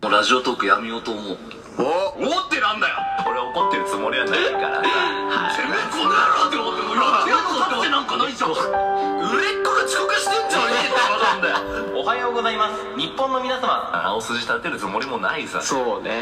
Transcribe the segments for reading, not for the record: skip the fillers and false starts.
もうラジオトークやめようと思う。 おってなんだよ。 俺怒ってるつもりはないからさ。 てめえこの野郎って思ってもやってやるのだってなんかないじゃん。売れっ子が遅刻してんじゃねえって話なんだよ。 おはようございます。日本の皆様。青筋立てるつもりもないさ。 そうね。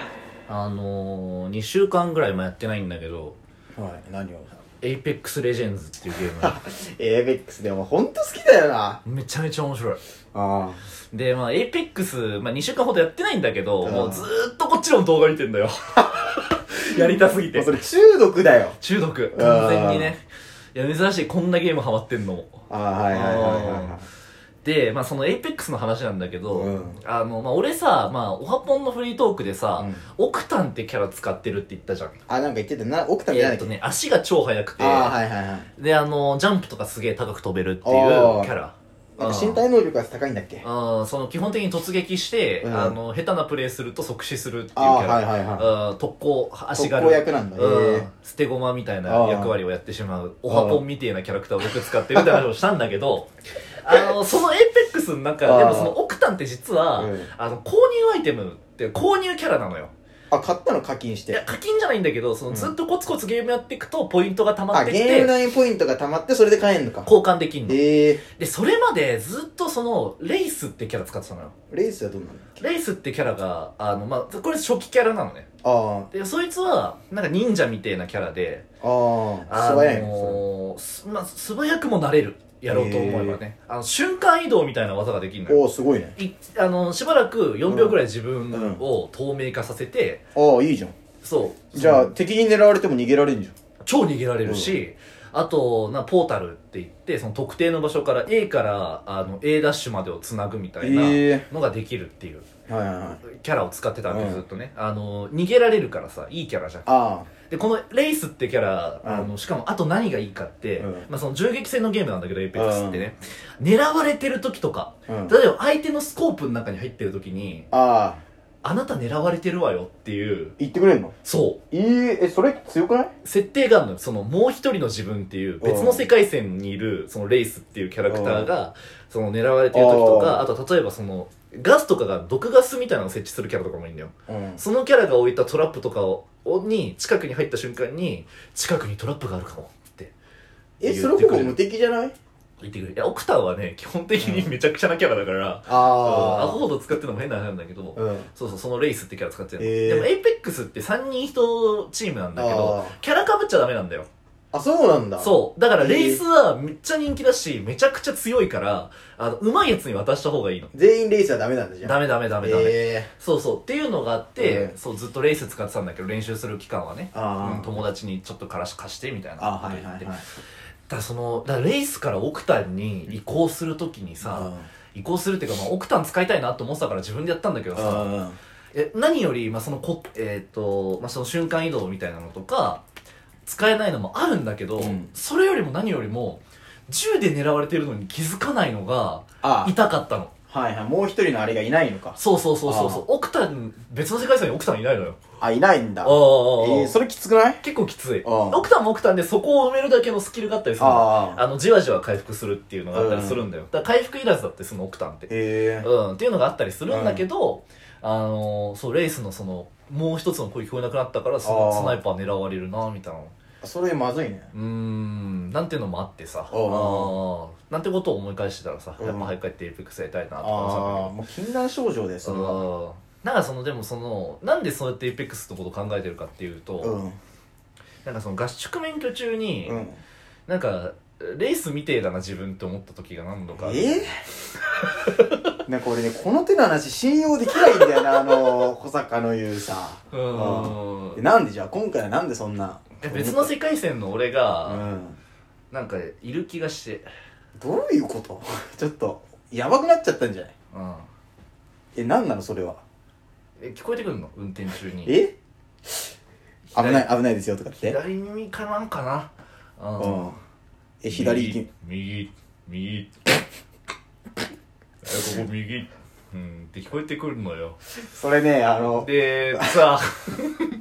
2週間ぐらいもやってないんだけど、 はい、何をエイペックスレジェンズっていうゲームエイペックスでもほんと好きだよな。 めちゃめちゃ面白い。 あで、まあ、エイペックス、まあ、2週間ほどやってないんだけど、 うんもうずーっとこっちの動画見てんだよ。やりたすぎて。 もうそれ中毒だよ。 中毒。完全にね。いや、珍しい。こんなゲームハマってんのも。 はいはいはいはで、まあ、そのエイペックスの話なんだけど、 うんまあ、俺さ、まあ、オハポンのフリートークでさ、 うんオクタンってキャラ使ってるって言ったじゃん。 なんか言ってたな、奥田じゃないっけ。 ね、足が超速くて、 はいはいはい。 で、ジャンプとかすげえ高く飛べるっていうキャラ。 なんか身体能力が高いんだっけ。 その基本的に突撃して、 うん下手なプレイすると即死するっていうキャラ。 はいはいは特攻、足軽。 特攻役なんだ捨て駒みたいな役割をやってしまう、オハポンみたいなキャラクターをよく使ってるって話をしたんだけど、そのエイペックスの中でもそのオクタンって実は、 うん購入アイテムって購入キャラなのよ。 買ったの課金しいや、 て。 課金じゃないんだけど、そのずっとコツコツゲームやっていくと、ポイントが溜まってきゲームて、 内ポイントが溜まって、それで買えんのか。 交換できんの。 で、 それまでずっとその、レイスってキャラ使ってたのよ。 レースはどうなんだっけ。 レイスってキャラが、まあ、これ初期キャラなのね。 あで、そいつは、なんか忍者みたいなキャラで、 素早いのまあ、素早くもなれる。やろうと思えばね。瞬間移動みたいな技ができるのよ。 すごいね。 しばらく4秒ぐらい自分を透明化させて、 いいじゃん。 そう。 じゃあ、敵に狙われても逃げられんじゃん。 超逃げられるし、あと、ポータルって言って、その特定の場所から A から、A ダッシュまでをつなぐみたいなのができるっていうはいはいはい。 キャラを使ってたんで、ずっとね。逃げられるからさ、いいキャラじゃん。 あで、このレイスってキャラ、しかも、あと何がいいかって、まあその銃撃戦のゲームなんだけど、エイペックスってね、狙われてる時とか、例えば相手のスコープの中に入ってる時に、あなた狙われてるわよっていう、 言ってくれんの。 そうそれ強くない？ 設定があるのよ。その、もう一人の自分っていう、別の世界線にいる、そのレイスっていうキャラクターが、その狙われてる時とか、あと例えばその、ガスとかが毒ガスみたいなのを設置するキャラとかもいいんだよ。そのキャラが置いたトラップとかに、近くに入った瞬間に、近くにトラップがあるかもってそれほぼ無敵じゃない？ 言ってくれる。いや、オクタンはね、基本的にめちゃくちゃなキャラだから、アホほど使ってるのも変な話なんだけど、そうそう、そのレイスってキャラ使ってるの。でも、エイペックスって3人1チームなんだけど、キャラ被っちゃダメなんだよ。 そうなんだ。 そう。だから、レイスはめっちゃ人気だし、めちゃくちゃ強いから、上手いやつに渡した方がいいの。 全員レイスはダメなんだじゃん。 ダメ。そうそう。っていうのがあって、そう、ずっとレイス使ってたんだけど、練習する期間はね、友達にちょっと貸して、みたいな。 はいはいはい。 だからレイスからオクタンに移行するときにさ、移行するっていうか、まあ、オクタン使いたいなと思ってたから自分でやったんだけどさ、何より、まあ、そのその瞬間移動みたいなのとか、使えないのもあるんだけど、それよりも何よりも、銃で狙われてるのに気づかないのが、痛かったの。 はいはい。もう一人のあれがいないのか。 そう。オクタン、別の世界線にオクタンいないのよ。 いないんだ。それきつくない？ 結構きつい。オクタンもオクタンでそこを埋めるだけのスキルがあったりするの。じわじわ回復するっていうのがあったりするんだよ。だから回復いらずだってそのオクタンって。っていうのがあったりするんだけど、そう、レイスのその、もう一つの声聞こえなくなったから、そのスナイパー狙われるな、みたいな。 それまずいね。 なんていうのもあってさ、なんてことを思い返してたらさ、やっぱ早く帰ってエイペックスやりたいなとかさ。 もう禁断症状で、それは。 なんかでもなんでそうやってエイペックスのことを考えてるかっていうと、なんかその合宿免許中に、なんか、レースみてえだな自分って思った時が何度かある。 なんか俺ね、この手の話信用できないんだよな、小坂の言うさ。なんでじゃあ今回はなんでそんな。 別の世界線の俺が、なんかいる気がして。 どういうこと？ちょっと、やばくなっちゃったんじゃない？なんなのそれは。 聞こえてくるの運転中に。 危ないですよとかって。 左耳かなんかな。 左行き。 右。ここ右。って聞こえてくるのよ。 それね、 で、さ、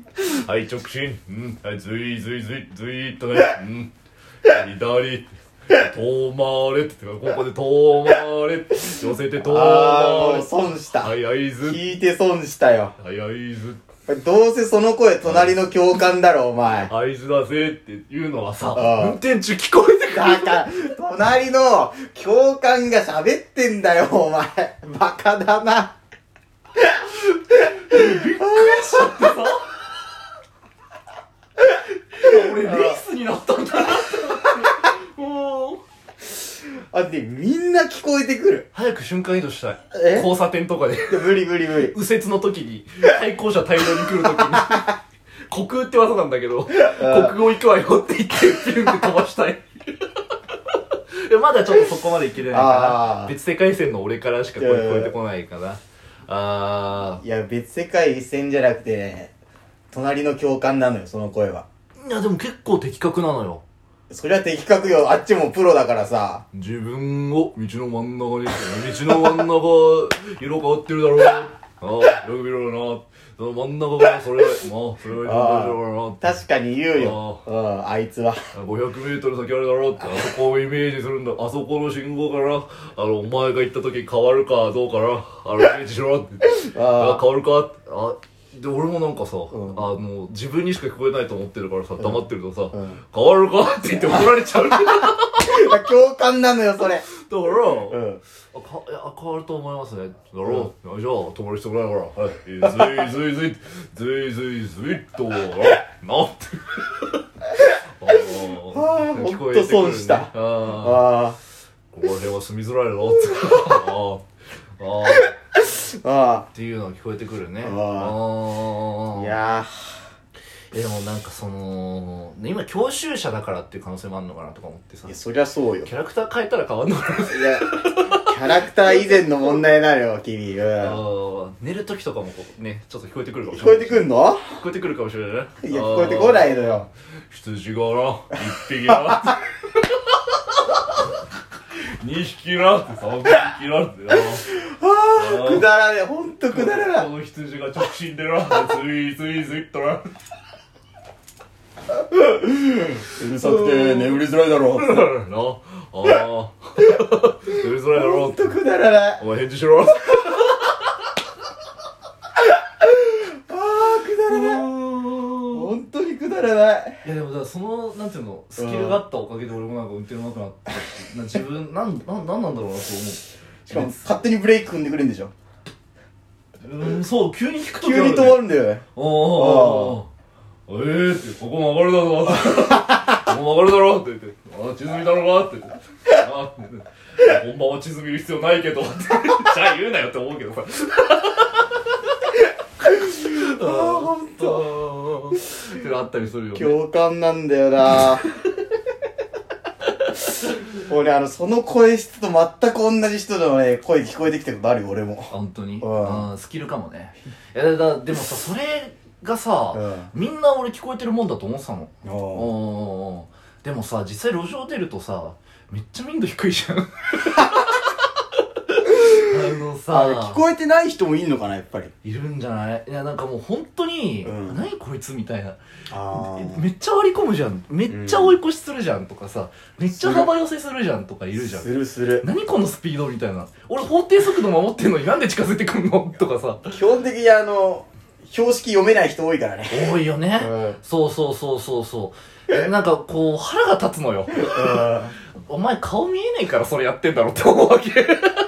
はい、直進。はい、ずいっとね。左。 遠回れって言って、ここで遠回れ、寄せて遠もう回れ。 損した。 はい、合図。 聞いて損したよ。 はい、合図。 どうせその声隣の教官だろ、お前。 合図だぜっていうのはさ、 ああ運転中聞こえてくる。 だから、隣の教官が喋ってんだよ、お前。バカだな。 びっくりしちゃってさ。俺、レースになったんだなって思って。もう。 で、みんな聞こえてくる。 早く瞬間移動したい。 え交差点とかで。 無理無理無理。 右折の時に、対向車大量に来る時に、虚空って技なんだけど、国語行くわよって言って、ピュンって飛ばしたい。まだちょっとそこまでいけてないから、別世界線の俺からしか声聞こえてこないかな。 いや、別世界線じゃなくてね、隣の教官なのよ、その声は。 いや、でも結構的確なのよ。 そりゃ的確よ、あっちもプロだからさ。 自分を道の真ん中に、道の真ん中、色変わってるだろう。よく見ろよな。その真ん中からそれ、それは大丈夫だな。 確かに言うよ。あいつは。 500メートル先あるだろうって、あそこをイメージするんだ。あそこの信号から、お前が行った時変わるかどうかな。イメージしろって。変わるかで、俺もなんかさ、自分にしか聞こえないと思ってるからさ、黙ってるとさ、変わるかって言って怒られちゃう。 共感なのよ、それ。 だから、変わると思いますね。だろう、じゃあ、止まる必要ないから、はい、ずいっと、なって。 ほんと損した。 ここら辺は住みづらいのって。っていうのが聞こえてくるね。 いやでもなんか今教習者だからっていう可能性もあるのかなとか思ってさ。 いや、そりゃそうよ。 キャラクター変えたら変わんのかな。いや、キャラクター以前の問題なのよ、君。 寝る時とかもね、ちょっと聞こえてくるかもしれない。 聞こえてくんの？ 聞こえてくるかもしれないね。 いや、聞こえてこないのよ。 羊がな、一匹な。2匹なって3匹なってな。 くだらねえ、ほんとくだらない。 この羊が直進でな、ずいっとな。 うるさくて眠りづらいだろ。 眠りづらいだろ。 ほんとくだらない。 お前返事しろ。 くだらない。ほんとにくだらない。 いやでもなんていうの、スキルがあったおかげで俺もなんか運転うまくなったって、自分、なんなんだろうなと思う。 しかも、勝手にブレーキ踏んでくれるんでしょ。 そう、急に引くとき急に止まるんだよね。 ってここ曲がるだろ。ここ曲がるだろって言って、地図見たのかって言って、本番は地図見る必要ないけどって、じゃあ言うなよって思うけどさ。 ほんと。 ってあったりするよね。 共感なんだよな。俺その声質と全く同じ人のね、声聞こえてきたことあるよ、俺も。 本当にスキルかもね。いや、でもさ、それがさ、みんな俺聞こえてるもんだと思ってたの。でもさ、実際路上出るとさ、めっちゃ民度低いじゃん。 聞こえてない人もいるのかな、やっぱり。 いるんじゃない？いや、なんかもう本当に、何こいつみたいな。 あめっちゃ割り込むじゃん。めっちゃ追い越しするじゃんとかさ、めっちゃ幅寄せするじゃんとかいるじゃん。 する。 何このスピードみたいな。俺法定速度守ってんのになんで近づいてくんのとかさ。 基本的に標識読めない人多いからね。 多いよね。そうなんかこう、腹が立つのよ。お前顔見えねえからそれやってんだろって思うわけ。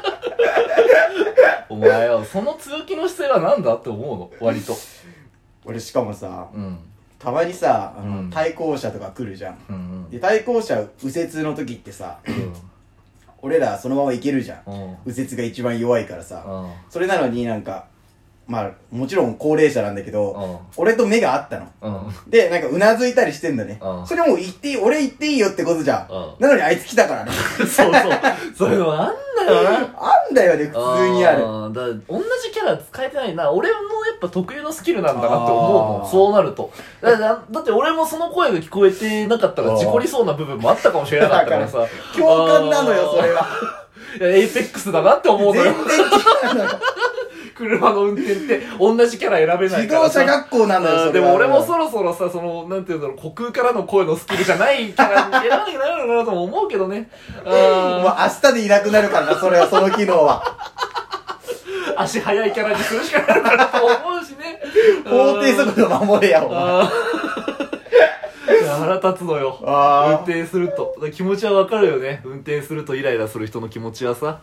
お前よ、その強気の姿勢はなんだって思うの、割と。 俺しかもさ、たまにさ、対向車とか来るじゃん。で、対向車右折の時ってさ、俺らそのまま行けるじゃん。右折が一番弱いからさ。それなのになんか、まあ、もちろん高齢者なんだけど、俺と目が合ったの。で、なんかうなずいたりしてんだね。それもう言っていい、俺言っていいよってことじゃん。なのにあいつ来たからね。 それはあんだよな。 あんだよね、普通にある。 同じキャラ使えてないな。俺もやっぱ特有のスキルなんだなって思うもん。そうなると。だって俺もその声が聞こえてなかったら事故りそうな部分もあったかもしれなかったからさ。 共感なのよ、それは。 エイペックスだなって思うのよ。 全然違うのよ。 車の運転って同じキャラ選べない自からさ。 動車学校なんだよ、それは。 でも俺もそろそろさ、その、なんていうんだろう、虚空からの声のスキルじゃないキャラに選ばなきゃならないのかなとも思うけどね。 もう明日でいなくなるからな、それは、その機能は。 足速いキャラにするしかないのかなと思うしね。 法定速度守れや、お前。 いや腹立つのよ。運転すると。気持ちはわかるよね。運転するとイライラする人の気持ちはさ。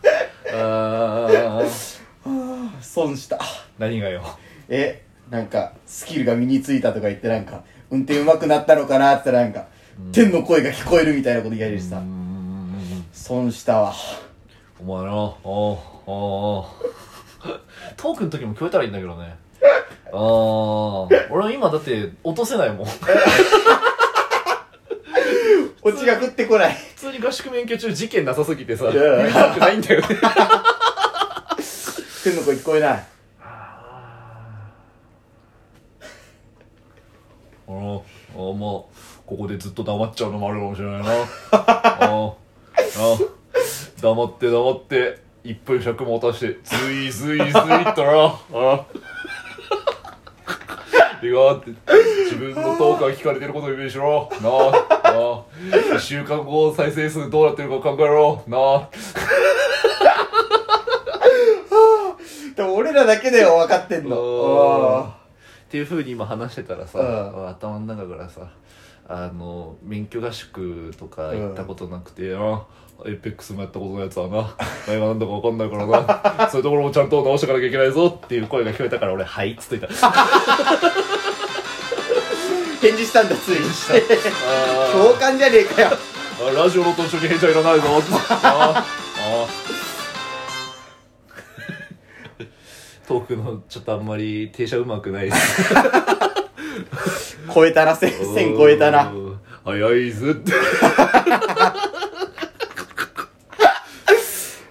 損した。 何がよ。 なんか、スキルが身についたとか言ってなんか、運転上手くなったのかなって言ったらなんか、天の声が聞こえるみたいなこと言われるしさ。損したわ。 お前な、トークの時も聞こえたらいいんだけどね。俺は今だって落とせないもん。 オチが降ってこない。 普通に合宿免許中事件なさすぎてさ、言いたくないんだよね。 天の声聞こえない。 まあ、ここでずっと黙っちゃうのもあるかもしれないな。黙って1分尺も渡してずいっとな。いいかって自分のトークが聞かれてることをイメージしろなあ。1週間後再生数どうなってるか考えろなあ。 でも俺らだけでは分かってんの。 っていう風に今話してたらさ、頭の中からさ、免許合宿とか行ったことなくて、エイペックスもやったことのやつはな、何が何だか分かんないからな、そういうところもちゃんと直していかなきゃいけないぞっていう声が聞こえたから俺、はいっつっといた。 返事したんだ、ついに。共感じゃねえかよ。 ラジオの途中に返事はいらないぞって。トークのちょっとあんまり停車うまくないです。 超えたな、線超えたな。 早いぜって。